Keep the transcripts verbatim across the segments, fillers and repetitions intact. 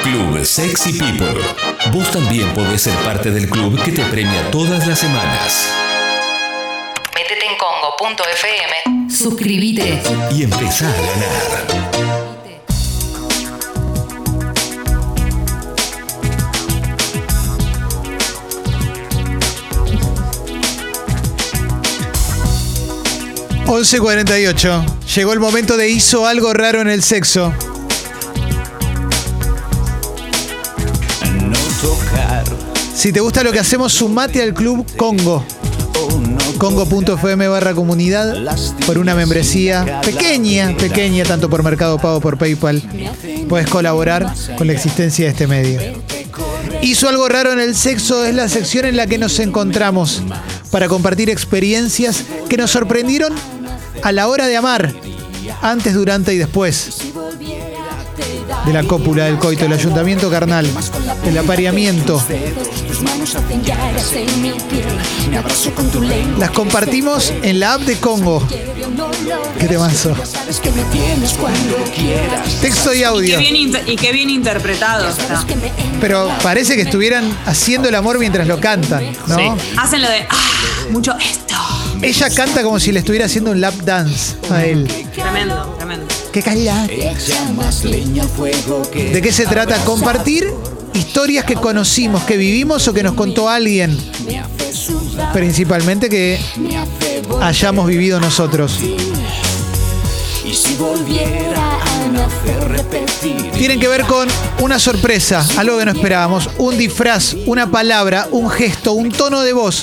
Club Sexy People. Vos también podés ser parte del club que te premia todas las semanas. Métete en congo punto efe eme, suscríbete y empezá a ganar. once cuarenta y ocho. Llegó el momento de hizo algo raro en el sexo. Si te gusta lo que hacemos, sumate al Club Congo. congo punto efe eme barra comunidad por una membresía pequeña, pequeña, tanto por Mercado Pago, por PayPal. Puedes colaborar con la existencia de este medio. Hizo algo raro en el sexo es la sección en la que nos encontramos para compartir experiencias que nos sorprendieron a la hora de amar, antes, durante y después de la cópula, del coito, del ayuntamiento carnal, del apareamiento. Las compartimos en la app de Congo. Qué temazo. Texto y audio. Y qué bien, inter- y qué bien interpretado está. Pero parece que estuvieran haciendo el amor mientras lo cantan, ¿no? Sí. Hacen lo de ah, mucho esto. Ella canta como si le estuviera haciendo un lap dance a él. Tremendo, tremendo. ¡Qué calidad! ¿De qué se trata? Compartir historias que conocimos, que vivimos o que nos contó alguien. Principalmente que hayamos vivido nosotros. Tienen que ver con una sorpresa, algo que no esperábamos, un disfraz, una palabra, un gesto, un tono de voz,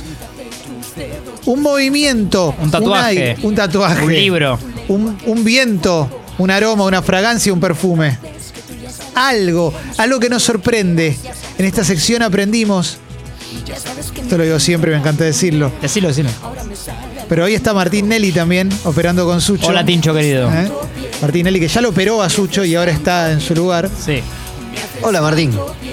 un movimiento, un tatuaje, un, aire, un, tatuaje, un libro, un, un viento, un aroma, una fragancia, un perfume. Algo, algo que nos sorprende. En esta sección aprendimos, esto lo digo siempre, me encanta decirlo. Decilo, decilo. Pero hoy está Martín Nelly también, operando con Sucho. Hola, Tincho, querido. ¿Eh? Martín Nelly, que ya lo operó a Sucho y ahora está en su lugar. Sí. Hola, Martín.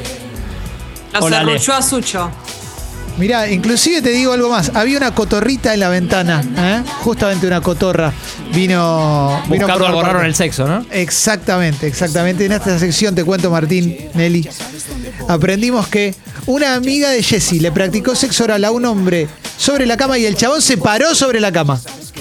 Lo serruchó a Sucho. Mirá, inclusive te digo algo más. Había una cotorrita en la ventana, ¿eh? Justamente una cotorra. Vino... vino Buscando algo raro en el el sexo, ¿no? Exactamente, exactamente. En esta sección te cuento, Martín Nelly, aprendimos que una amiga de Jessie le practicó sexo oral a un hombre sobre la cama y el chabón se paró sobre la cama.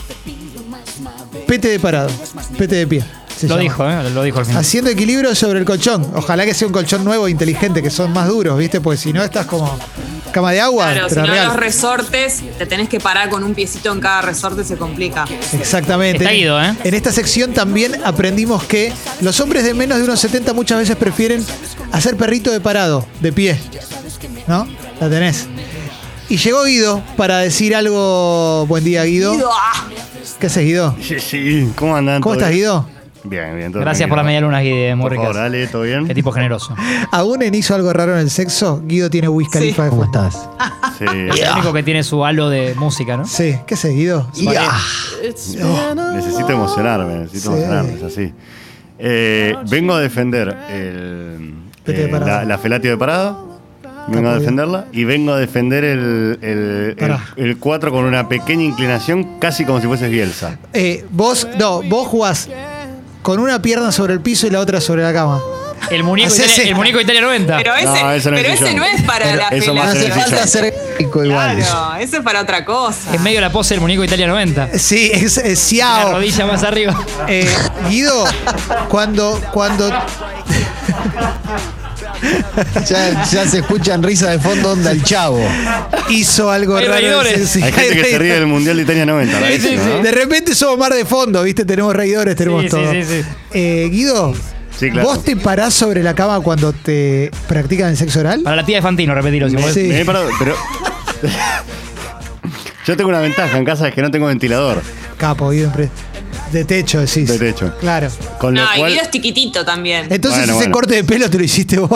Pete de parado, pete de pie. Lo llama. dijo, ¿eh? Lo dijo al final. Haciendo equilibrio sobre el colchón. Ojalá que sea un colchón nuevo e inteligente, que son más duros, ¿viste? Porque si no estás como cama de agua. Claro, si pero no real. los resortes, te tenés que parar con un piecito en cada resorte, se complica. Exactamente. Está ido, ¿eh? En esta sección también aprendimos que los hombres de menos de unos setenta muchas veces prefieren hacer perrito de parado, de pie. ¿No? La tenés. Y llegó Guido para decir algo. Buen día, Guido. Guido, ah. ¿Qué haces, Guido? Sí, sí. ¿Cómo andan? ¿Cómo estás, Guido? Bien, bien. Todo Gracias por la media luna, Guide, muy Por ricas. favor, dale, ¿todo bien? Qué tipo generoso. Aún en hizo algo raro en el sexo, Guido tiene Wiz Khalifa de ¿Cómo fondo. estás? Sí. Es el único que tiene su halo de música, ¿no? Sí, ¿qué haces, Guido? Necesito emocionarme, necesito Sí. emocionarme, es así. Eh, vengo a defender el, Pete de eh, parado. la, la felatio de parado. Vengo a defenderla y vengo a defender el, el, Pará. el, el cuatro con una pequeña inclinación, casi como si fueses Bielsa. Eh, vos, no, vos jugás con una pierna sobre el piso y la otra sobre la cama. El muñeco, Hacés Italia, ese- el muñeco Italia noventa. Pero ese No, no, eso no pero es ese sillón. no es para la Eso más No fela. en hace el falta sillón. ser rico igual. Claro, eso es para otra cosa. En medio de la pose del muñeco Italia noventa. Sí, es, es La Xiao. rodilla más arriba. Eh, Guido, cuando, cuando, Ya, ya se escuchan risas de fondo, onda el chavo. hizo algo Hay raro. reidores. Sí, Hay gente que se reidores. ríe del Mundial de Italia noventa, Sí, ¿verdad? sí, ¿no? sí. De repente somos mar de fondo, ¿viste? Tenemos reidores, tenemos Sí, sí, todo. sí, sí. Eh, Guido, Sí, claro. ¿vos te parás sobre la cama cuando te practican el sexo oral? Para la tía de Fantino, repetilo. Si Me, podés. Sí. me he parado, pero. Yo tengo una ventaja en casa, es que no tengo ventilador Capo, Guido. empre- De techo, decís. de techo. Claro. Con lo No, y cual. Guido es chiquitito también. Entonces Bueno, ese bueno. corte de pelo te lo hiciste vos.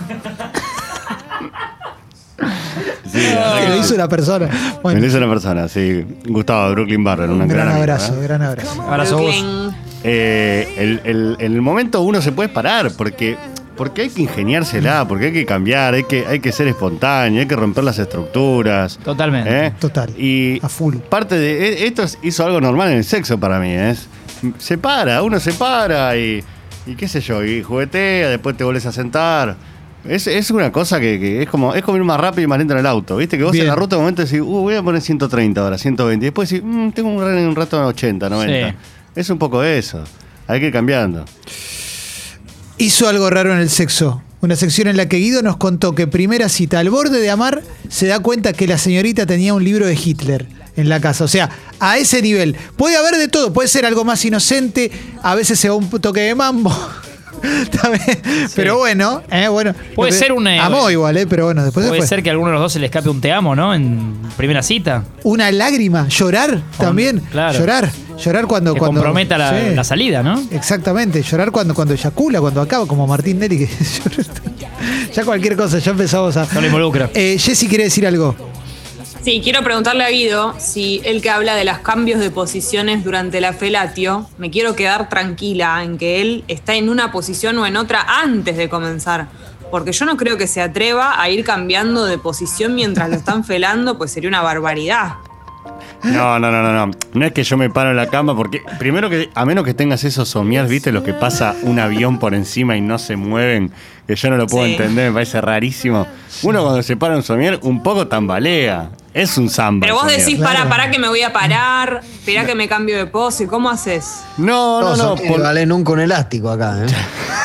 Sí, la verdad Te que lo sí. hizo una persona. Me Bueno, lo hizo una persona, sí. Gustavo, Brooklyn Barber, un un gran amigo, abrazo, ¿verdad? gran abrazo. Abrazo a vos. Brooklyn. Eh, el, el- en el momento uno se puede parar, porque, porque hay que ingeniársela, porque hay que cambiar, hay que, hay que ser espontáneo, hay que romper las estructuras. Totalmente. ¿eh? Total, Y a full. parte de. e- Esto es- hizo algo normal en el sexo para mí, ¿es? Se para, uno se para y. y qué sé yo, y juguetea, después te volvés a sentar. Es, es una cosa que, que es como es como ir más rápido y más lento en el auto. Viste que vos Bien. en la ruta de momento decís, uh, voy a poner ciento treinta ahora, ciento veinte. Y después decís, mmm, tengo un, un rato de ochenta, noventa. Sí. Es un poco eso. Hay que ir cambiando. Hizo algo raro en el sexo. Una sección en la que Guido nos contó que primera cita, al borde de amar, se da cuenta que la señorita tenía un libro de Hitler en la casa. O sea, a ese nivel. Puede haber de todo. Puede ser algo más inocente. A veces se va un toque de mambo. También. Pero bueno, eh, bueno. Puede ser un, eh, Amó igual, eh, pero bueno, después se Puede fue. ser que a alguno de los dos se le escape un te amo, ¿no? En primera cita. Una lágrima, llorar también. claro. Llorar. Llorar cuando. Que cuando comprometa la, sí. la salida, ¿no? Exactamente, llorar cuando, cuando eyacula, cuando acaba, como Martín Nelly, que ya cualquier cosa, ya empezamos a. No lo involucra. Eh, Jessy quiere decir algo. Sí, quiero preguntarle a Guido si él que habla de los cambios de posiciones durante la felatio, me quiero quedar tranquila en que él está en una posición o en otra antes de comenzar. Porque yo no creo que se atreva a ir cambiando de posición mientras lo están felando, pues sería una barbaridad. No, no, no, no, no. No es que yo me paro en la cama porque, primero que, a menos que tengas esos somiers, ¿viste? Los que pasa un avión por encima y no se mueven, que yo no lo puedo Sí. entender, me parece rarísimo. Uno cuando se para un somier, un poco tambalea. Es un samba. Pero el vos somier. decís, pará, pará que me voy a parar, esperá que me cambio de pose, ¿cómo haces? No, no, Todos no. son Por, valen un con elástico acá, ¿eh?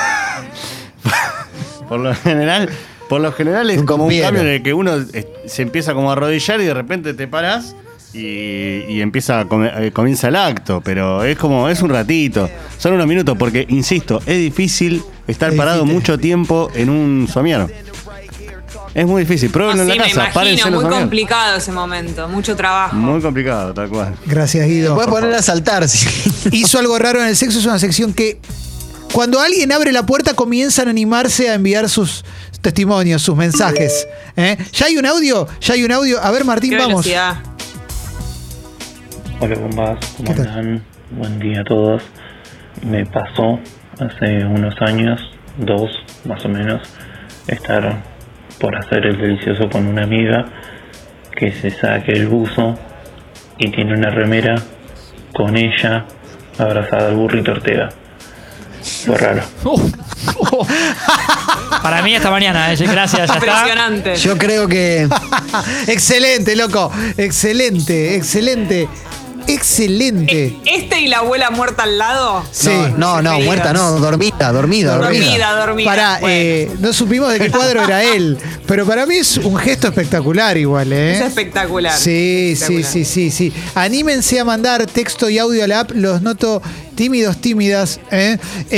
por lo general, por lo general es Un como un compiero. cambio en el que uno eh, se empieza como a arrodillar y de repente te parás y, y empieza a come- eh, comienza el acto, pero es como es un ratito, son unos minutos porque insisto, es difícil estar Es parado difícil. mucho tiempo en un somier. Es muy difícil, No, pruébenlo sí, en la me casa, párense imagino, en los muy somier. complicado ese momento, mucho trabajo. Muy complicado, tal cual. Gracias, Guido. Puedes poner a saltar, sí. Hizo algo raro en el sexo, es una sección que cuando alguien abre la puerta comienzan a animarse a enviar sus testimonios, sus mensajes. ¿eh? ¿Ya hay un audio? ¿Ya hay un audio? A ver, Martín, Qué vamos. velocidad. Hola bombas, ¿cómo ¿Qué tal? andan? Buen día a todos. Me pasó hace unos años, dos más o menos, estar por hacer el delicioso con una amiga que se saque el buzo y tiene una remera con ella abrazada al burrito Ortega. Fue raro. Para mí esta mañana, eh. Gracias, ya está. Impresionante. Yo creo que Excelente, loco. Excelente, excelente. Excelente. ¿Este y la abuela muerta al lado? Sí. no, no, no, muerta no, dormida, dormida, dormida. Dormida, dormida. Pará, Bueno, eh, no supimos de qué cuadro era él, pero para mí es un gesto espectacular igual, ¿eh? es espectacular. Sí, sí, Espectacular. sí, sí, sí. Anímense a mandar texto y audio a la app, los noto tímidos, tímidas. ¿eh?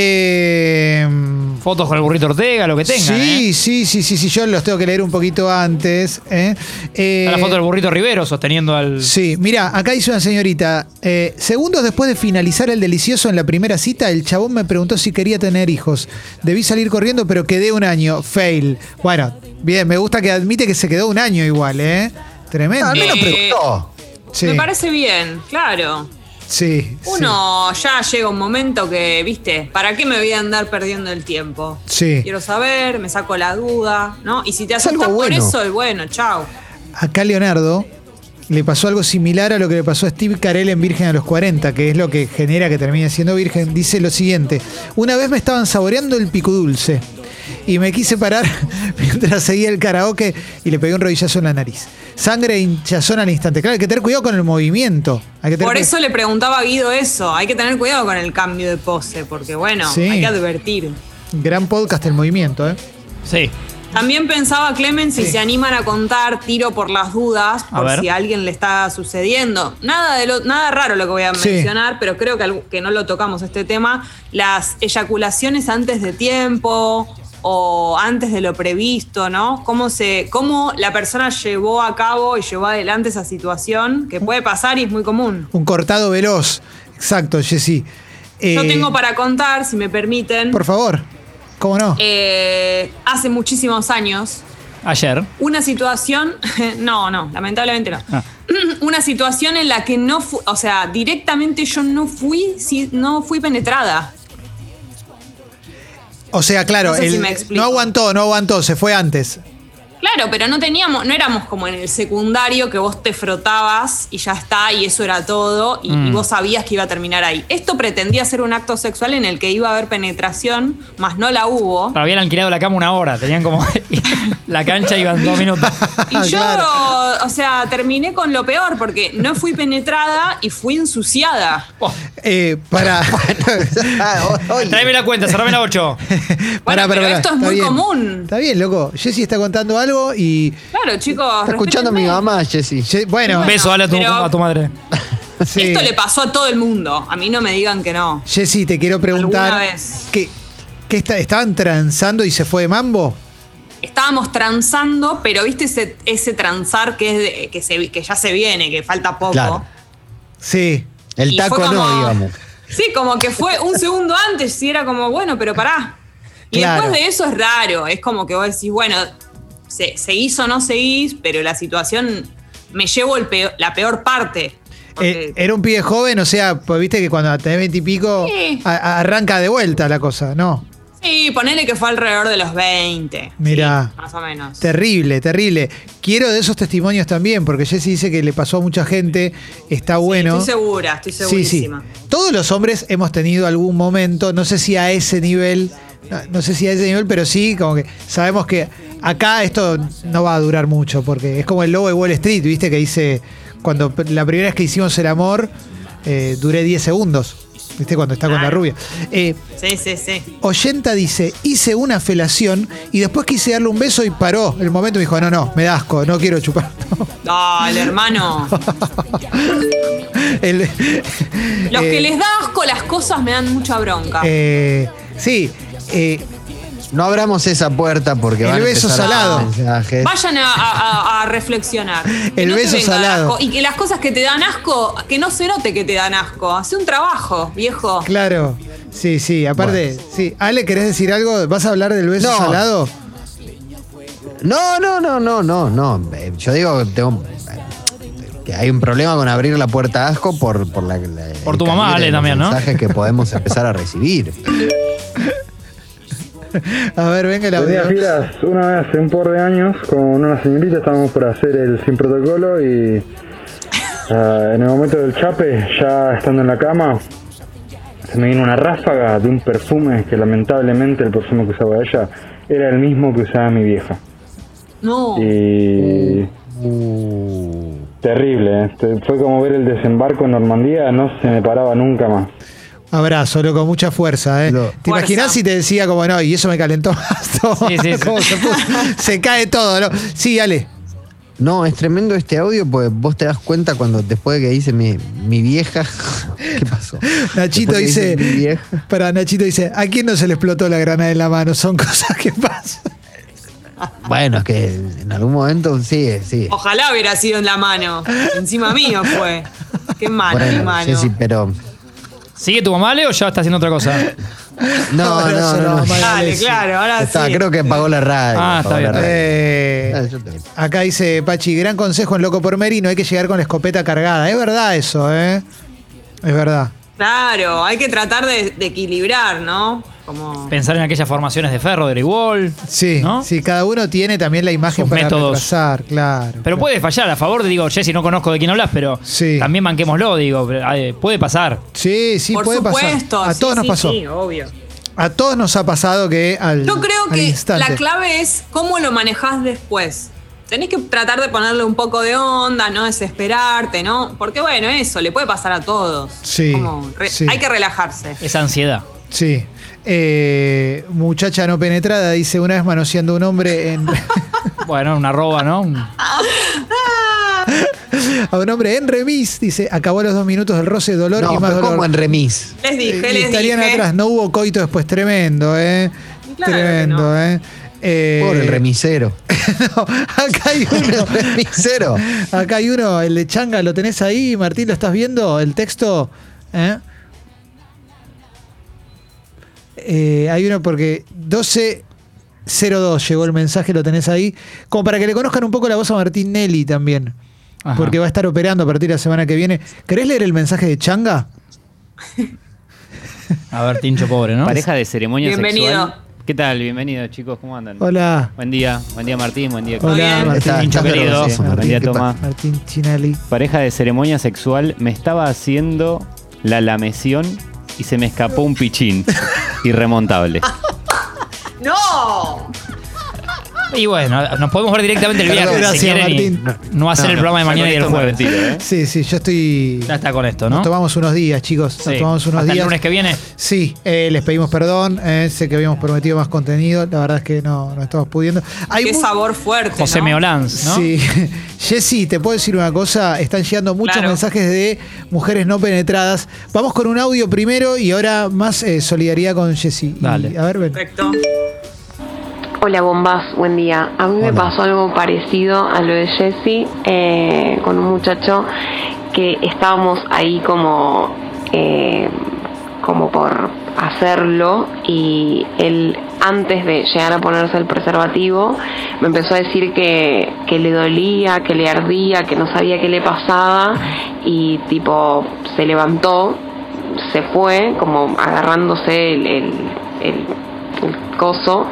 Eh, Fotos con el burrito Ortega, lo que tengan. sí, ¿eh? sí, sí, sí, sí, yo los tengo que leer un poquito antes. ¿eh? Eh, Está la foto del burrito Rivero sosteniendo al. Sí, mira, acá dice una señorita, eh, segundos después de finalizar el delicioso en la primera cita, el chabón me preguntó si quería tener hijos. Debí salir corriendo, pero quedé un año. Fail. Bueno, bien, me gusta que admite que se quedó un año igual, ¿eh? Tremendo. A mí lo Eh, preguntó. Sí, Me parece bien, claro. sí, Uno ya llega un momento que, viste, ¿para qué me voy a andar perdiendo el tiempo? sí. Quiero saber, me saco la duda, ¿no? Y si te aceptas algo por bueno. eso, bueno, chao. Acá Leonardo le pasó algo similar a lo que le pasó a Steve Carell en Virgen a los cuarenta, que es lo que genera que termine siendo virgen. Dice lo siguiente: una vez me estaban saboreando el pico dulce y me quise parar mientras seguía el karaoke y le pegué un rodillazo en la nariz. Sangre e hinchazón al instante. Claro, hay que tener cuidado con el movimiento. Hay que tener Por cu- eso le preguntaba a Guido eso. Hay que tener cuidado con el cambio de pose, porque bueno, Sí. hay que advertir. Gran podcast el movimiento, ¿eh? Sí. También pensaba Clemen si Sí. se animan a contar tiro por las dudas, A por ver. si a alguien le está sucediendo. Nada de lo, nada raro lo que voy a Sí. mencionar, pero creo que, algo- que no lo tocamos este tema. Las eyaculaciones antes de tiempo o antes de lo previsto, ¿no? Cómo se, cómo la persona llevó a cabo y llevó adelante esa situación, que puede pasar y es muy común. Un cortado veloz. Exacto, Jessy. Eh, Yo tengo para contar, si me permiten. Por favor. ¿Cómo no? eh, hace muchísimos años, Ayer. una situación, no, no, lamentablemente no. Ah. Una situación en la que no fui, o sea, directamente yo no fui, si- no fui penetrada. O sea, claro, no sé si el- me explico. no aguantó, no aguantó, se fue antes. Claro, pero no teníamos, no éramos como en el secundario que vos te frotabas y ya está, y eso era todo, y, mm. y vos sabías que iba a terminar ahí. Esto pretendía ser un acto sexual en el que iba a haber penetración, más no la hubo. Pero habían alquilado la cama una hora, tenían como la cancha iban dos minutos. Y yo, claro. o sea, terminé con lo peor, porque no fui penetrada y fui ensuciada. Oh. Eh, para. Tráeme la cuenta, cerrame la ocho. Bueno, para, pero para, esto es muy bien. común. Está bien, loco. Jessy está contando algo y. Claro, chicos. Está escuchando a mi mamá, Jessy. Ye- bueno, un beso, dale a tu, pero... a tu madre. Sí. Esto le pasó a todo el mundo. A mí no me digan que no. Jessy, te quiero preguntar. ¿Alguna vez? ¿Qué, qué está, estaban transando y se fue de mambo? Estábamos transando, pero viste ese, ese transar que, es de, que, se, que ya se viene, que falta poco. Claro. Sí. El Y taco fue como- no, digamos. Sí, como que fue un segundo antes y era como, bueno, pero pará. Y Claro. después de eso es raro. Es como que vos decís, bueno, se, seguís o no seguís, pero la situación me llevo el peor- la peor parte. Porque- Eh, era un pibe joven, o sea, pues viste que cuando tenés veinte y pico Sí. a- a- arranca de vuelta la cosa, ¿no? Sí, ponele que fue alrededor de los veinte. Mirá. Sí, más o menos. Terrible, terrible. Quiero de esos testimonios también, porque Jessy dice que le pasó a mucha gente, está bueno. Estoy segura, estoy Sí, segurísima. sí. Todos los hombres hemos tenido algún momento, no sé si a ese nivel, no, no sé si a ese nivel, pero sí, como que sabemos que acá esto no va a durar mucho, porque es como el lobo de Wall Street, ¿viste? Que dice, cuando la primera vez que hicimos el amor, eh, duré diez segundos, ¿viste? Cuando está con la rubia. Eh, Sí, sí, sí. Oyenta dice, hice una felación y después quise darle un beso y paró el momento y me dijo, no, no, me da asco, no quiero chupar. Dale, hermano. El- Los eh, que les da asco las cosas me dan mucha bronca. eh, sí, eh, No abramos esa puerta porque El van a beso empezar salado. mensajes. Vayan a, a- a reflexionar. Que El no te beso venga salado. asco. Y que las cosas que te dan asco, que no se note que te dan asco. Hace un trabajo, viejo. claro. Sí, sí, aparte, sí. Ale, ¿querés decir algo? ¿Vas a hablar del beso No. salado? No, no, no, no, no, no. Eh, Yo digo que tengo que hay un problema con abrir la puerta asco por, por la, la- Por el tu mamá, calibre Ale, de los también, ¿no? mensajes que podemos empezar a recibir. A ver, venga el Tenía audio. filas una vez hace un par de años con una señorita, estábamos por hacer el sin protocolo y ah, en el momento del chape, ya estando en la cama, se me vino una ráfaga de un perfume que lamentablemente el perfume que usaba ella era el mismo que usaba mi vieja. No. Y... Terrible, ¿eh? Fue como ver el desembarco en Normandía, no se me paraba nunca más. Abrazo, loco, mucha fuerza, ¿eh? Lo- ¿Te Fuerza. imaginás si te decía como no, y eso me calentó más todo? Sí, sí, sí. ¿Cómo se puso? Se cae todo, ¿no? Sí, Ale. No, es tremendo este audio, pues vos te das cuenta cuando después de que dice mi, mi vieja. ¿Qué pasó? Nachito Después que dice, mi vieja. para Nachito dice, ¿a quién no se le explotó la granada en la mano? Son cosas que pasan. Bueno, es que en algún momento sí, sí. Ojalá hubiera sido en la mano. Encima mío fue. Qué malo, mi Bueno, mano. sí, sí, pero. ¿Sigue tu mamá, Ale, o ya está haciendo otra cosa? No, no, Abrazo, no. no. mamá. Dale, claro, ahora Está, sí. creo que apagó la radio. Ah, apagó está bien. la radio. Eh, Ah, yo te- acá dice Pachi, gran consejo en Loco por Mary, no hay que llegar con la escopeta cargada. Es verdad eso, ¿eh? Es verdad. Claro, hay que tratar de, de equilibrar, ¿no? Como... Pensar en aquellas formaciones de ferro, de igual. Sí, ¿No? sí, cada uno tiene también la imagen Sus para métodos. retrasar, claro. Pero puede fallar, a favor de, digo, Jessy, no conozco de quién hablas, pero Sí. también banquémoslo, digo, eh, puede pasar. Sí, sí, Por puede supuesto. pasar. A sí, todos nos sí, pasó. Sí, obvio. A todos nos ha pasado que al Yo creo al que instante. la clave es cómo lo manejás después. Tenés que tratar de ponerle un poco de onda, no desesperarte, ¿no? Porque bueno, eso le puede pasar a todos. Sí, Como re- sí. Hay que relajarse. Esa ansiedad. Sí. Eh, muchacha no penetrada dice una vez manoseando a un hombre en Bueno, una roba, ¿no? Un- a un hombre en remis, dice, acabó a los dos minutos del roce, dolor No, y más pero dolor. como en remis. Les dije, Eh, y les estarían dije. atrás, no hubo coito después, tremendo, ¿eh? Claro que tremendo, no. ¿eh? Eh, Por el remisero. no, acá hay uno. El remisero. Acá hay uno, el de Changa, ¿lo tenés ahí, Martín? ¿Lo estás viendo? El texto. ¿Eh? Eh, hay uno porque doce cero dos llegó el mensaje, lo tenés ahí. Como para que le conozcan un poco la voz a Martín Nelly también. Ajá. Porque va a estar operando a partir de la semana que viene. ¿Querés leer el mensaje de Changa? A ver, Tincho pobre, ¿no? Pareja de ceremonia Bienvenido. sexual ¿Qué tal? Bienvenidos, chicos. ¿Cómo andan? Hola. Buen día. Buen día, Martín. Buen día, Hola, Martín. Está- Hincho está querido. nervioso, Buen Martín. día, ¿Qué Tomás. Martín Chinali. Pareja de ceremonia sexual, me estaba haciendo la lamesión y se me escapó un pichín. Irremontable. ¡No! Y bueno, nos podemos ver directamente el viernes. Gracias, si quieren, y Martín. no va a ser el programa de Ya mañana con y el esto me jueves. retiro, ¿eh? Sí, sí, yo estoy. Ya está con esto, ¿no? Nos tomamos unos días, chicos. Nos Sí. tomamos unos Hasta días. el lunes que viene. Sí, eh, les pedimos perdón. eh, sé que habíamos prometido más contenido. La verdad es que no, no estamos pudiendo. Hay Qué mu- sabor fuerte, José ¿no? Meolanz, ¿no? Sí. Jessy, te puedo decir una cosa. Están llegando muchos Claro. mensajes de mujeres no penetradas. Vamos con un audio primero y ahora más eh, solidaridad con Jessy. Y, Dale. a ver, ven. Perfecto. Hola bombas, buen día. A mí me Hola. pasó algo parecido a lo de Jessy eh, con un muchacho que estábamos ahí como, eh, como por hacerlo y él antes de llegar a ponerse el preservativo me empezó a decir que, que le dolía, que le ardía, que no sabía qué le pasaba y tipo se levantó, se fue como agarrándose el, el, el, el coso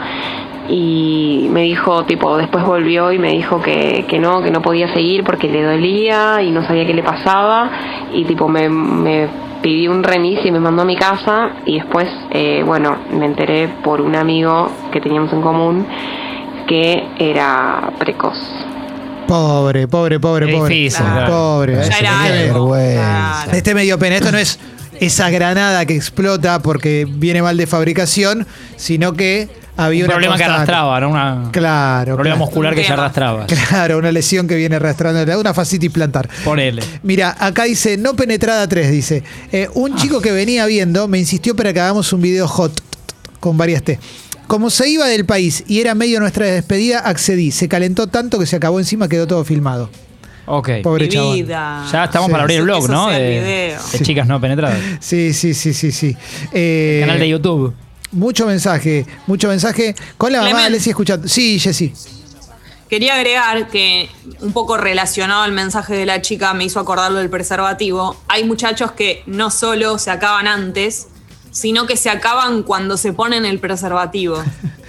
y me dijo, tipo, después volvió y me dijo que, que no, que no podía seguir porque le dolía y no sabía qué le pasaba y tipo me, me pidió un remis y me mandó a mi casa y después, eh, bueno, me enteré por un amigo que teníamos en común que era precoz. Pobre, pobre, pobre, Qué pobre. difícil, Ah, claro. Pobre. Ya Eso, era qué algo. vergüenza. Claro. Este medio pene, esto no es esa granada que explota porque viene mal de fabricación, sino que había Un una problema que constante. arrastraba, ¿no? Una, Claro. un problema claro. muscular que ya Tema. arrastraba. Claro, una lesión que viene arrastrando, una fascitis plantar. Ponele. Mira, acá dice, no penetrada tres, dice. Eh, un chico que venía viendo me insistió para que hagamos un video hot con varias T. Como se iba del país y era medio nuestra despedida, accedí. Se calentó tanto que se acabó encima, quedó todo filmado. Ok. Pobre Mi chabón. vida. Ya estamos Sí. para abrir el blog, Eso ¿no? sea el De, video. de chicas no penetradas. Sí, sí, sí, sí, sí. Eh, Canal de YouTube. Mucho mensaje, mucho mensaje. Con la mamá de Clemen. Alessi escuchando. Sí, Jessy. Quería agregar que, un poco relacionado al mensaje de la chica, me hizo acordar lo del preservativo. Hay muchachos que no solo se acaban antes, sino que se acaban cuando se ponen el preservativo.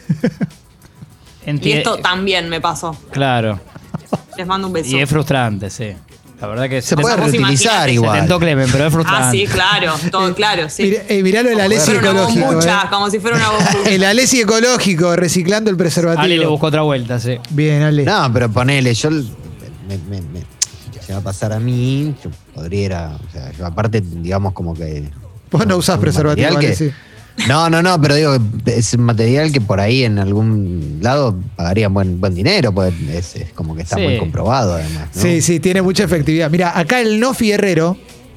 Y Enti- esto también me pasó. Claro. Les mando un beso. Y es frustrante, sí. La verdad que Se sí. puede Vos reutilizar imaginate. Se igual. tentó Clemen, pero es frustrante. Ah, sí, claro, todo claro, sí. Mirá, eh, mirá lo del Como si Alessi fuera una ecológico. bombucha, eh. como si fuera una bombucha. El Alessi ecológico, reciclando el preservativo. Ale le buscó otra vuelta, sí. Bien, Ale. No, pero ponele, yo me, me- me- se va a pasar a mí, yo podría ir a, o sea, yo aparte, digamos como que... Vos no usás un preservativo, material Alessi. que- No, no, no, pero digo, es un material que por ahí en algún lado pagarían buen, buen dinero, pues es, es como que está Sí. muy comprobado además, ¿no? Sí, sí, tiene mucha efectividad. Mira, acá el Nofi Herrero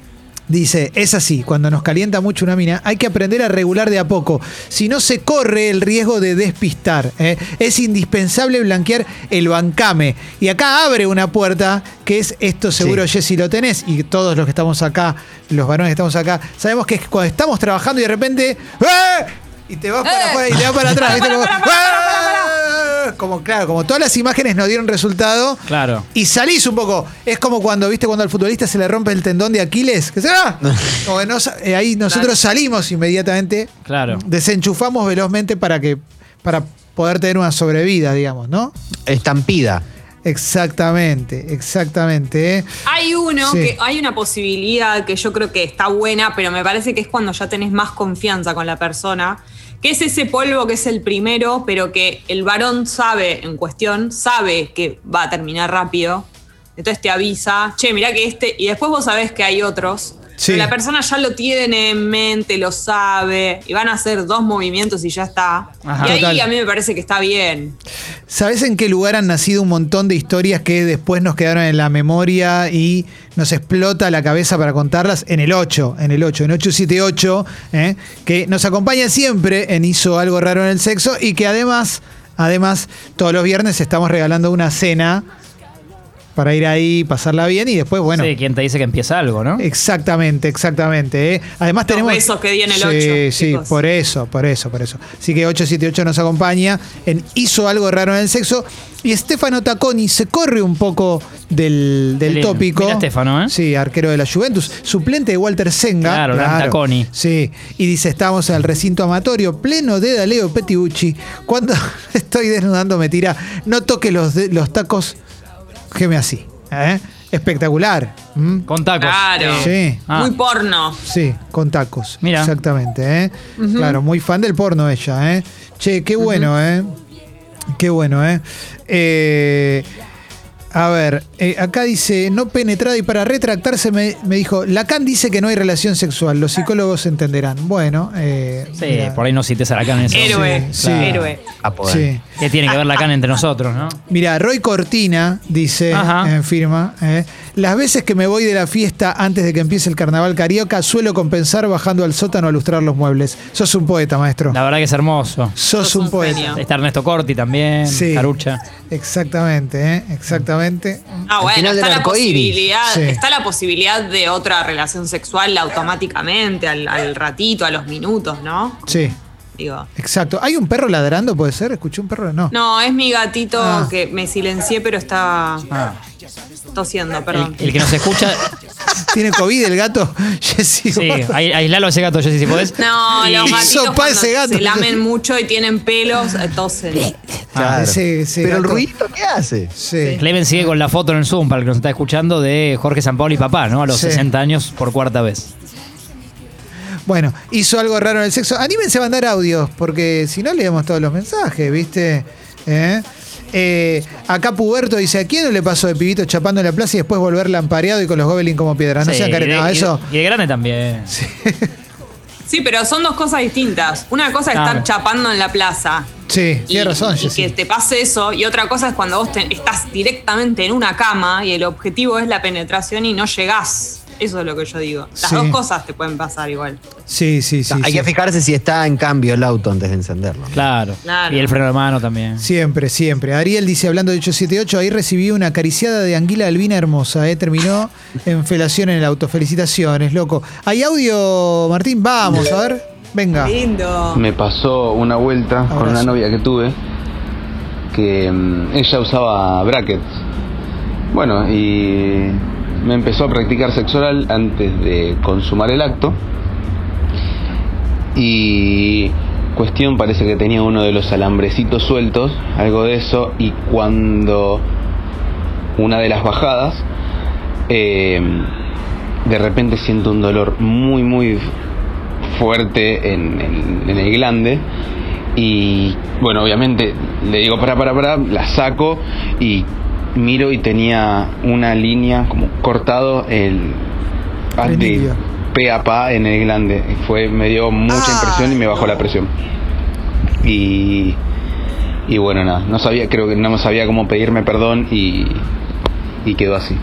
dice, es así, cuando nos calienta mucho una mina, hay que aprender a regular de a poco. Si no se corre el riesgo de despistar. ¿eh? Es indispensable blanquear el bancame. Y acá abre una puerta que es esto, seguro, Sí. Jessy, lo tenés. Y todos los que estamos acá, los varones que estamos acá, sabemos que es cuando estamos trabajando y de repente... ¡eh! Y te vas para ¡Eh! afuera y te vas para atrás. ¿viste? Para, Como, para, para, para, ¡ah! Como, claro, como todas las imágenes nos dieron resultado. Claro. Y salís un poco. Es como cuando, ¿viste? Cuando al futbolista se le rompe el tendón de Aquiles. Que se ¡ah! Como que no sa- eh, ahí nosotros Claro. salimos inmediatamente. Claro. Desenchufamos velozmente para que para poder tener una sobrevida, digamos, ¿no? Estampida. Exactamente, exactamente. ¿eh? Hay uno Sí. que hay una posibilidad que yo creo que está buena, pero me parece que es cuando ya tenés más confianza con la persona, que es ese polvo que es el primero, pero que el varón sabe en cuestión, sabe que va a terminar rápido. Entonces te avisa, che, mirá que este, y después vos sabés que hay otros. Sí. Pero la persona ya lo tiene en mente, lo sabe, y van a hacer dos movimientos y ya está. Ajá. Y ahí Total. a mí me parece que está bien. ¿Sabés en qué lugar han nacido un montón de historias que después nos quedaron en la memoria y nos explota la cabeza para contarlas? En el ocho, en el ocho, en ocho siete ocho, ¿eh? Que nos acompaña siempre en Hizo Algo Raro en el Sexo y que además, además, todos los viernes estamos regalando una cena para ir ahí, pasarla bien y después, bueno. Sí, ¿quién te dice que empieza algo, no? Exactamente, exactamente. ¿eh? Además Los tenemos... besos que di en el sí, ocho, sí, chicos. por eso, por eso, por eso. Así que ocho siete ocho nos acompaña en Hizo algo raro en el sexo. Y Stefano Tacconi se corre un poco del, del Mira, tópico. mira Stefano, ¿eh? Sí, arquero de la Juventus. Suplente de Walter Senga. Claro, gran Tacconi. Sí, y dice, estamos en el recinto amatorio, pleno de Daleo Pettibucci. Cuando estoy desnudando me tira, no toque los, de- los tacos, geme así. ¿eh? Espectacular. ¿Mm? Con tacos. Claro. Sí. Ah. Muy porno. Sí, con tacos. Mira. Exactamente, ¿eh? Ujú. Claro, muy fan del porno ella, ¿eh? Che, qué bueno, ¿eh? Qué bueno, ¿eh? Eh, a ver, eh, acá dice, no penetrada y para retractarse me, me dijo, Lacan dice que no hay relación sexual, los psicólogos entenderán. Bueno, eh, Sí, mira, por ahí no cites a Lacan en eso. Héroe. Sí, Héroe. A poder. sí. ¿Qué tiene que ver Lacan entre nosotros, no? Mira, Roy Cortina dice, Ajá. en firma, eh, las veces que me voy de la fiesta antes de que empiece el carnaval carioca, suelo compensar bajando al sótano a lustrar los muebles. Sos un poeta, maestro. La verdad que es hermoso. Sos, Sos un, un poeta. genio. Está Ernesto Corti también, Sí. Carucha. Exactamente, ¿eh? Exactamente. Ah, bueno, final está del la, arcoíris. posibilidad, Sí. está la posibilidad de otra relación sexual automáticamente, al, al ratito, a los minutos, ¿no? Sí, Digo. exacto. ¿Hay un perro ladrando, puede ser? ¿Escuché un perro? No. No, es mi gatito Ah. que me silencié, pero está Ah. tosiendo, perdón. El, el que nos escucha, ¿Tiene COVID el gato? Jessy. sí, ahí- aislalo a ese gato, Jessy, si podés. No, Y- los Hizo gatitos pa' cuando ese gato. se lamen mucho y tienen pelos, eh, tosen. Claro. ese- ese Pero el gato- ruidito, ¿qué hace? Sí. Clemen sigue con la foto en el Zoom, para el que nos está escuchando, de Jorge Sampaoli, papá, ¿no? A los Sí. sesenta años por cuarta vez. Bueno, hizo algo raro en el sexo. Anímense a mandar audios, porque si no leemos todos los mensajes, ¿viste? ¿Eh? Eh, acá Puberto dice, ¿a quién no le pasó de pibito chapando en la plaza y después volver lampareado y con los goblins como piedras? No Sí, sean y de- carenados, y de- eso... Y de grande también. Sí, pero son dos cosas distintas. Una cosa es Claro. estar chapando en la plaza. Sí, Y, tiene razón, y Jessy. que te pase eso. Y otra cosa es cuando vos te- estás directamente en una cama y el objetivo es la penetración y no llegás. Eso es lo que yo digo. Las Sí. dos cosas te pueden pasar igual. Sí, sí, sí. Hay sí. que fijarse si está en cambio el auto antes de encenderlo. Claro. Claro. Y el freno de mano también. Siempre, siempre. Ariel dice, hablando de ocho siete ocho, ahí recibí una acariciada de anguila albina hermosa, ¿eh? Terminó en felación en el auto. Felicitaciones, loco. ¿Hay audio, Martín? Vamos, a ver. Venga. Lindo. Me pasó una vuelta con una novia que tuve que mm, ella usaba brackets. Bueno, y me empezó a practicar sexo oral antes de consumar el acto. Y cuestión, parece que tenía uno de los alambrecitos sueltos, algo de eso, y cuando una de las bajadas, eh, de repente siento un dolor muy, muy fuerte en, en- en el glande. Y bueno, obviamente le digo para, para, para, la saco y miro y tenía una línea como cortado el ah, de Frenillo. pe a pa en el glande. Fue, me dio mucha Ah, impresión y me bajó no. la presión. Y, y bueno, nada, no sabía, creo que no sabía cómo pedirme perdón y, y quedó así.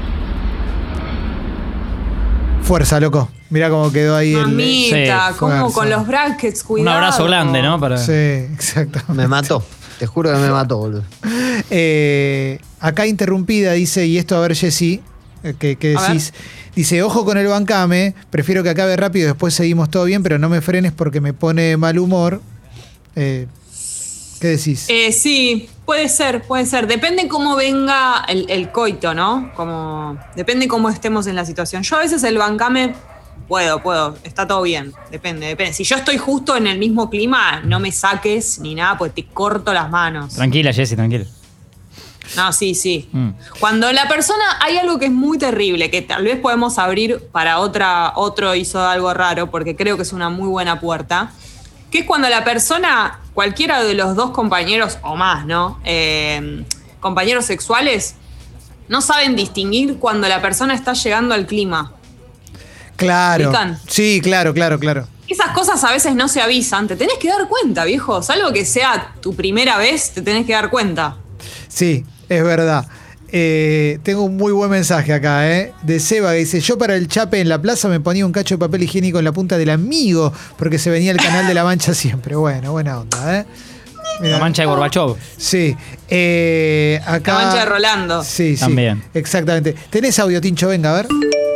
Fuerza, loco. Mirá cómo quedó ahí el... Mamita, Sí, como fuerza. con los brackets, Un cuidado. abrazo grande, ¿no? Para... Sí, exacto. Me mató. Te juro que me mató, boludo. Eh, acá interrumpida dice, y esto a ver, Jessy, eh, ¿qué, qué A ver. decís? Dice, ojo con el bancame, prefiero que acabe rápido, después seguimos todo bien, pero no me frenes porque me pone mal humor. Eh, ¿Qué decís? Eh, sí, puede ser, puede ser. Depende cómo venga el, el coito, ¿no? Como, depende cómo estemos en la situación. Yo a veces el bancame puedo, puedo, está todo bien. Depende, depende. Si yo estoy justo en el mismo clima, no me saques ni nada porque te corto las manos. Tranquila, Jessy, tranquila. No, sí, sí. Mm. Cuando la persona, hay algo que es muy terrible, que tal vez podemos abrir para otra, otro hizo algo raro, porque creo que es una muy buena puerta, que es cuando la persona, cualquiera de los dos compañeros o más, ¿no? Eh, compañeros sexuales, no saben distinguir cuando la persona está llegando al clima. Claro. ¿ubican? Sí, claro, claro, claro. Esas cosas a veces no se avisan, te tenés que dar cuenta, viejo. Salvo que sea tu primera vez, te tenés que dar cuenta. Sí, es verdad. Eh, tengo un muy buen mensaje acá, ¿eh? De Seba, que dice, yo para el chape en la plaza me ponía un cacho de papel higiénico en la punta del amigo, porque se venía el canal de la Mancha siempre. Bueno, buena onda, ¿eh? Mirá. La mancha de Gorbachov. Sí. Eh, acá. La mancha de Rolando. Sí, sí. También. Exactamente. ¿Tenés audio, Tincho? Venga, a ver.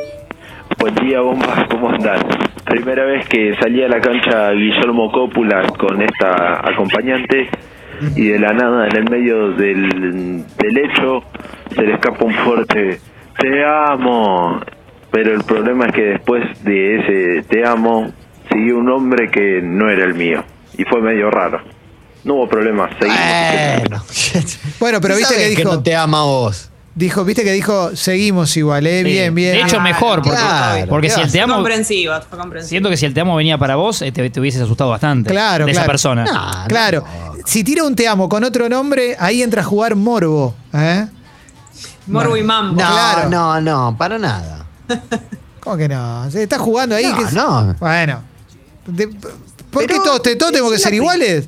Buen día, bombas, ¿cómo andán? Primera vez que salí a la cancha Guillermo Cópula con esta acompañante y de la nada, en el medio del, del hecho, se le escapa un fuerte "te amo", pero el problema es que después de ese "te amo" siguió un nombre que no era el mío y fue medio raro. No hubo problema, seguimos. Bueno, Bueno, pero viste que sabes dijo. que no te ama a vos. Dijo, viste que dijo, seguimos igual, ¿eh? Sí. Bien, bien. De hecho, Ah, mejor, porque, claro, porque si el te Fue amo. comprensiva, fue comprensiva. Siento que si el te amo venía para vos, eh, te, te hubieses asustado bastante. Claro, de claro. esa persona. No, Claro. Si tira un te amo con otro nombre, ahí entra a jugar Morbo. ¿Eh? Morbo y mambo. No, Claro. no, no, para nada. ¿Cómo que no? Se está jugando ahí. No, que es- no. Bueno. De- ¿Por qué Pero todos, te- todos tenemos que es ser la- iguales?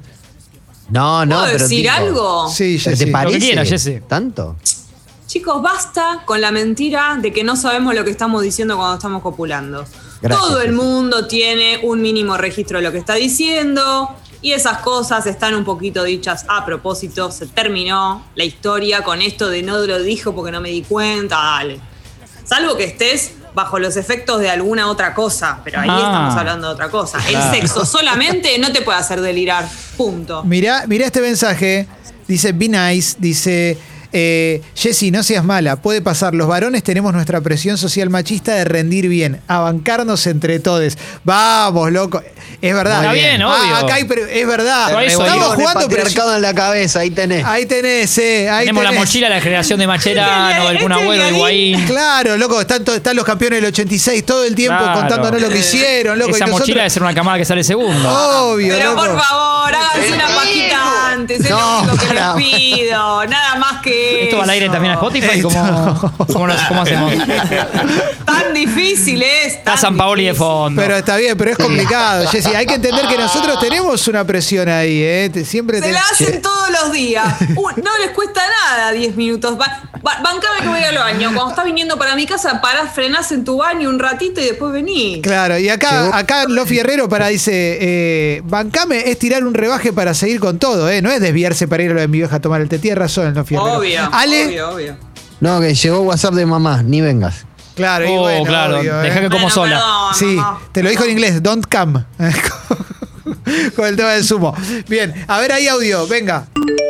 No, no, ¿Puedo pero decir tipo, algo? Sí, ¿Te Jessy. parece? Lo que quieras, Jessy. ¿Tanto? Chicos, basta con la mentira de que no sabemos lo que estamos diciendo cuando estamos copulando. Gracias, Todo el Jessy. mundo tiene un mínimo registro de lo que está diciendo y esas cosas están un poquito dichas a propósito. Se terminó la historia con esto de no lo dijo porque no me di cuenta, dale. Salvo que estés bajo los efectos de alguna otra cosa, pero ahí Ah. estamos hablando de otra cosa. Claro. El sexo solamente no te puede hacer delirar, punto. Mirá, mirá este mensaje. Dice, be nice. Dice, eh, Jessy, no seas mala. Puede pasar. Los varones tenemos nuestra presión social machista de rendir bien. A bancarnos entre todos. Vamos, loco. Es verdad. Está bien, Ah, obvio. acá hay, pero es verdad. Por eso Estamos digo, Con el jugando, pero patriarcado en la cabeza, ahí tenés. ahí tenés, eh. Ahí Tenemos la tenés. mochila de la generación de Macherano, del Kun Agüero, de Higuaín. Claro, loco, están, to- están los campeones del ochenta y seis todo el tiempo Claro. contándonos lo que hicieron, loco. Esa y nosotros- mochila debe ser una camada que sale segundo. Obvio, Pero loco. por favor, háganse una pajita antes, es No, lo único que para. les pido, nada más que Esto va al aire eso. también a Spotify. Esto. ¿Cómo, cómo, nos- cómo hacemos? Tan difícil es. Está tan San Paoli de difícil. fondo. Pero está bien, pero es complicado, Jessy. Hay que entender que nosotros tenemos una presión ahí, ¿eh? Te- Siempre Se te- la hacen todos los días. Uh, no les cuesta nada diez minutos. Ba- ba- bancame que voy al baño. Cuando estás viniendo para mi casa, parás, frenás en tu baño un ratito y después venís. Claro, y acá, acá Lofi Herrero para dice, eh, bancame es tirar un rebaje para seguir con todo, ¿eh? No es desviarse para ir a lo de mi vieja a tomar el té. Tiene razón el Lofi Herrero. Obvio, Ale, obvio, obvio. No, que llegó WhatsApp de mamá, ni vengas. claro, y Oh, bueno, claro, obvio, ¿eh? dejá que como Bueno, sola. perdón, Sí, mamá. te lo dijo en inglés, don't come. Con el tema del sumo. Bien, a ver, hay audio, venga.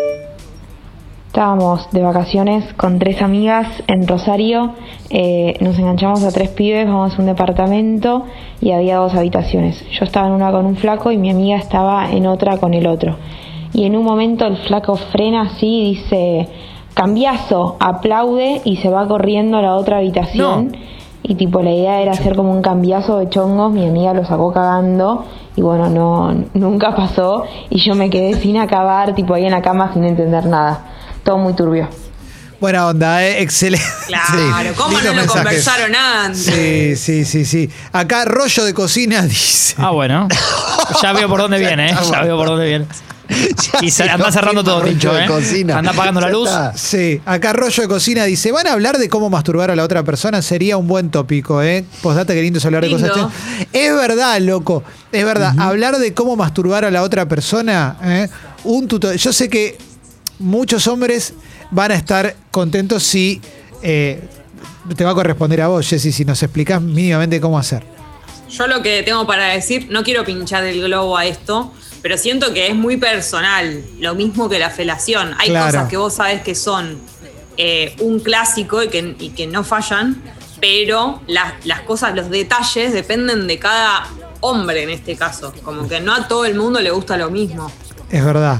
Estábamos de vacaciones con tres amigas en Rosario, eh, nos enganchamos a tres pibes, vamos a un departamento y había dos habitaciones. Yo estaba en una con un flaco y mi amiga estaba en otra con el otro. Y en un momento el flaco frena así y dice, cambiazo, aplaude y se va corriendo a la otra habitación. Y tipo la idea era hacer como un cambiazo de chongos, mi amiga lo sacó cagando y bueno, no nunca pasó y yo me quedé sin acabar, tipo ahí en la cama sin entender nada. Todo muy turbio. Buena onda, ¿eh? Excelente. Claro, ¿cómo lindos no lo mensajes. conversaron antes? Sí, sí, sí, sí. Acá rollo de cocina dice. Ah, bueno. Ya veo por dónde viene, ¿eh? Ya veo por dónde viene. Y se, anda cerrando todo, Tincho, ¿eh? Anda apagando la luz. Sí, acá rollo de cocina dice, ¿van a hablar de cómo masturbar a la otra persona? Sería un buen tópico, ¿eh? Postdata, qué lindo es hablar de Lindo. cosas. Es verdad, loco. Es verdad. Hablar de cómo masturbar a la otra persona, ¿eh? Un tutorial. Yo sé que muchos hombres van a estar contentos si eh, te va a corresponder a vos, Jessy, si nos explicás mínimamente cómo hacer. Yo lo que tengo para decir, no quiero pinchar el globo a esto, pero siento que es muy personal, lo mismo que la felación. Hay Claro. cosas que vos sabés que son eh, un clásico y que, y que no fallan, pero las, las cosas, los detalles dependen de cada hombre en este caso. Como que no a todo el mundo le gusta lo mismo. Es verdad.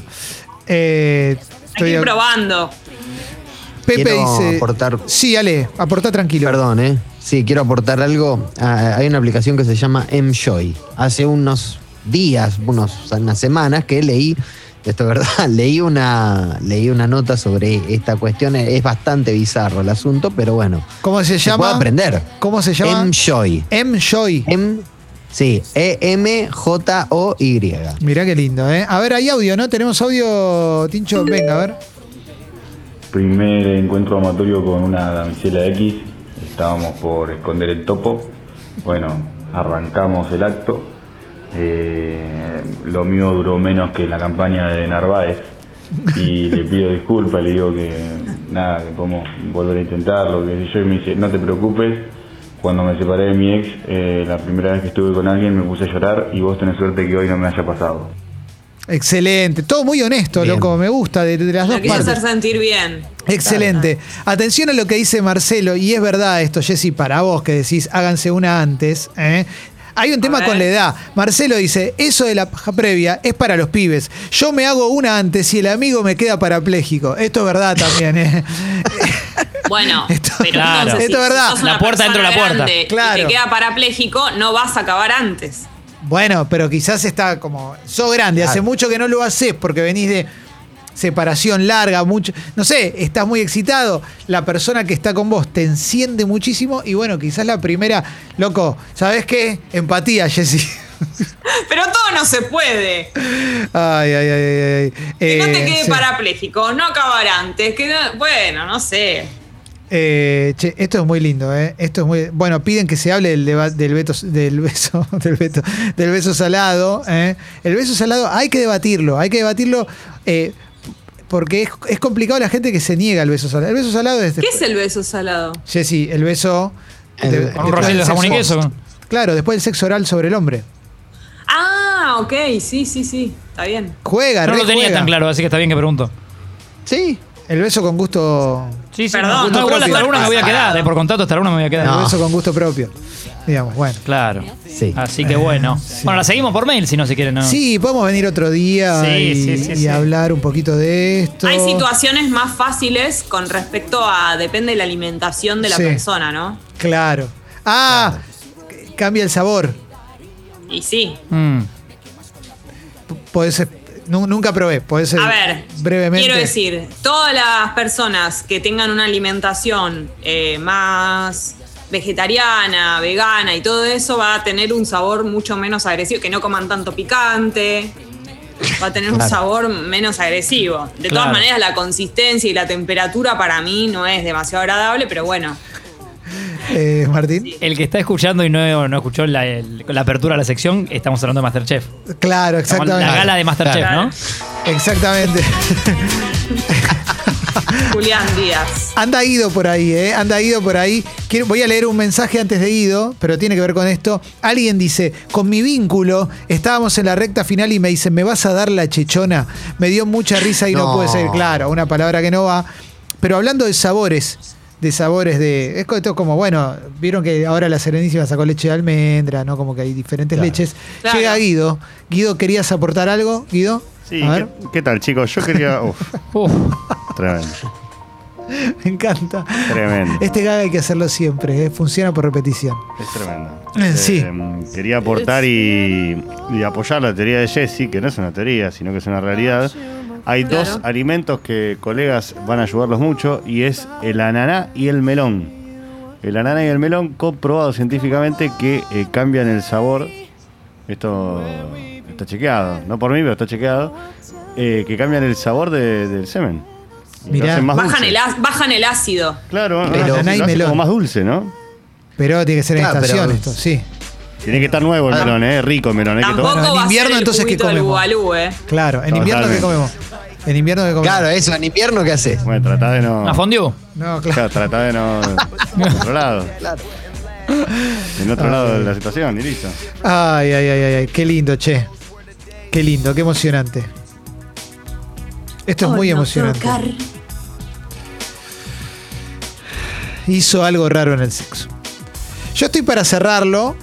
Eh, Hay que ir estoy- probando. Pepe Quiero dice. aportar- Sí, Ale, aportá tranquilo. Perdón, ¿eh? Sí, quiero aportar algo. Ah, hay una aplicación que se llama M-Joy. Hace unos días, unos, unas semanas que leí, esto es verdad, leí una, leí una nota sobre esta cuestión. Es bastante bizarro el asunto, pero bueno. ¿Cómo se llama? puede aprender. ¿Cómo se llama? M-Joy. M-Joy. M, sí, E M J O Y. Mirá qué lindo, ¿eh? A ver, hay audio, ¿no? ¿Tenemos audio, Tincho? Venga, a ver. Primer encuentro amatorio con una damisela X. Estábamos por esconder el topo. Bueno, arrancamos el acto eh, lo mío duró menos que la campaña de Narváez. Y le pido disculpas, le digo que nada, que podemos volver a intentarlo, que yo, y me dice, no te preocupes, cuando me separé de mi ex, eh, la primera vez que estuve con alguien me puse a llorar y vos tenés suerte que hoy no me haya pasado. Excelente, todo muy honesto, Bien. loco, me gusta, de, de las Lo dos quiso partes. hacer sentir bien. Excelente. Atención a lo que dice Marcelo, y es verdad esto, Jessy, para vos que decís, háganse una antes, ¿eh? Hay un tema con la edad. Marcelo dice, eso de la paja previa es para los pibes. Yo me hago una antes y el amigo me queda parapléjico. Esto es verdad también, ¿eh? Bueno, Esto- pero Claro. entonces, Esto es si verdad. sos una La puerta dentro de la persona puerta. grande Claro. y te queda parapléjico, no vas a acabar antes. Bueno, pero quizás está como, sos grande, hace Claro. mucho que no lo haces porque venís de separación larga, mucho, no sé, estás muy excitado, la persona que está con vos te enciende muchísimo y bueno, quizás la primera, loco, ¿sabés qué? Empatía, Jessy. Pero todo no se puede. Ay, ay, ay, ay, ay. Que no te Eh, quede sí. parapléjico, no acabar antes. Que no- bueno, no sé. Eh, che, esto es muy lindo, ¿eh? Esto es muy. Bueno, piden que se hable del, deba- del, beto, del beso, del beto, del beso salado. ¿eh? El beso salado hay que debatirlo, hay que debatirlo. eh, porque es, es complicado la gente que se niega al beso salado. El beso salado es. ¿Qué es el beso salado? Jessy, el beso. El- de- con un después rocío del de jamón y sexo- queso. Claro, después del sexo oral sobre el hombre. Ah, ok, sí, sí, sí. Está bien. Juega, No re lo tenía juega. tan claro, así que está bien que pregunto. Sí. El beso con gusto. Sí, sí. Perdón, no, gusto igual hasta propio. alguna me voy a quedar, eh, por contrato hasta alguna me voy a quedar. El No. beso con gusto propio. Digamos, bueno. Claro. Sí. Así que bueno. Bueno, la seguimos por mail si no se quieren. ¿no? Sí, podemos venir otro día Sí, y, sí, sí, y sí. hablar un poquito de esto. Hay situaciones más fáciles con respecto a. Depende de la alimentación de la Sí. persona, ¿no? Claro. Ah, c- cambia el sabor. Y sí. Mm. Podés, ser- nu- nunca probé. Podés ser A ver, brevemente. quiero decir, todas las personas que tengan una alimentación eh, más vegetariana, vegana y todo eso va a tener un sabor mucho menos agresivo, que no coman tanto picante, va a tener un Claro. sabor menos agresivo. De Claro. todas maneras, la consistencia y la temperatura para mí no es demasiado agradable, pero bueno. Eh, Martín. El que está escuchando y no, no escuchó la, el- la apertura de la sección, estamos hablando de Masterchef. Claro, Estamos en exactamente. La gala de Masterchef, Claro. ¿no? Exactamente. Julián Díaz. Anda Guido por ahí, ¿eh? Anda Guido por ahí. Quiero- voy a leer un mensaje antes de Guido, pero tiene que ver con esto. Alguien dice, con mi vínculo, estábamos en la recta final y me dice, ¿me vas a dar la chechona? Me dio mucha risa y no, No. puede ser, claro, una palabra que no va. Pero hablando de sabores, de sabores de... Es co- esto como, bueno, vieron que ahora la Serenísima sacó leche de almendra, ¿no? Como que hay diferentes Claro. leches. Claro. Llega Guido. Guido, ¿querías aportar algo, Guido? Sí, A ver. ¿qué, qué tal, chicos? Yo quería. Uf, Uf. tremendo. Me encanta. Tremendo. Este gag hay que hacerlo siempre, ¿eh? Funciona por repetición. Es tremendo. Eh, sí. Eh, quería aportar y, y apoyar la teoría de Jessy, que no es una teoría, sino que es una realidad. Hay Claro. dos alimentos que colegas van a ayudarlos mucho y es el ananá y el melón. El ananá y el melón comprobado científicamente que eh, cambian el sabor. Esto está chequeado, no por mí, pero está chequeado. eh, que cambian el sabor de- del semen. Y lo Mirá. hacen más Bajan dulce. el, á- bajan el ácido. Claro, Pero- lo hace- ananá y lo hace melón. como más dulce, ¿no? Pero tiene que ser en Claro, estación pero- esto, sí. Tiene que estar nuevo el Ah. melón, ¿eh? Rico el melón. Hay que Tampoco tomar. en va a invierno, ser el entonces, ¿qué juguito del comemos? Bubalú, ¿eh? Claro, en invierno Totalmente. ¿qué comemos? En invierno ¿qué comemos? Claro, eso, en invierno, ¿qué haces? Bueno, tratá de no. ¿Una fondue? No, claro. Claro, tratá de no. En otro lado. En otro lado de la situación, y listo. Ay, ay, ay, ay, ay, qué lindo, che. Qué lindo, qué emocionante. Esto es muy emocionante. Hizo algo raro en el sexo. Yo estoy para cerrarlo.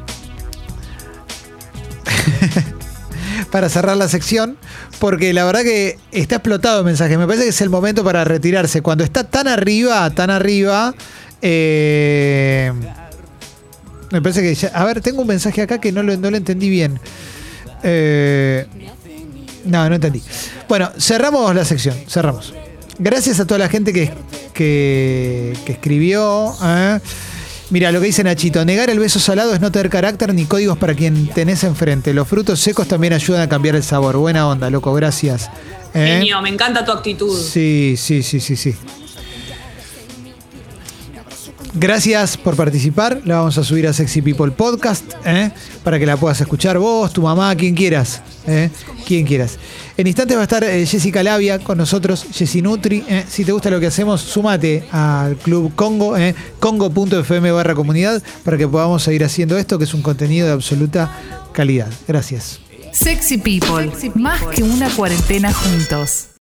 Para cerrar la sección, porque la verdad que está explotado el mensaje. Me parece que es el momento para retirarse. Cuando está tan arriba, tan arriba, eh, me parece que ya- a ver, tengo un mensaje acá que no lo, no lo entendí bien. Eh, no, no entendí. Bueno, cerramos la sección, cerramos. Gracias a toda la gente que, que, que escribió. ¿eh? Mira, lo que dice Nachito, negar el beso salado es no tener carácter ni códigos para quien tenés enfrente. Los frutos secos también ayudan a cambiar el sabor. Buena onda, loco, gracias. ¿Eh? Genio, me encanta tu actitud. Sí, sí, sí, sí, sí. Gracias por participar. La vamos a subir a Sexy People Podcast, ¿eh? Para que la puedas escuchar vos, tu mamá, quien quieras. ¿eh? Quien quieras. En instantes va a estar eh, Jessica Labia con nosotros, Jessy Nutri. ¿eh? Si te gusta lo que hacemos, sumate al Club Congo, ¿eh? congo.fm barra comunidad, para que podamos seguir haciendo esto, que es un contenido de absoluta calidad. Gracias. Sexy People, más que una cuarentena juntos.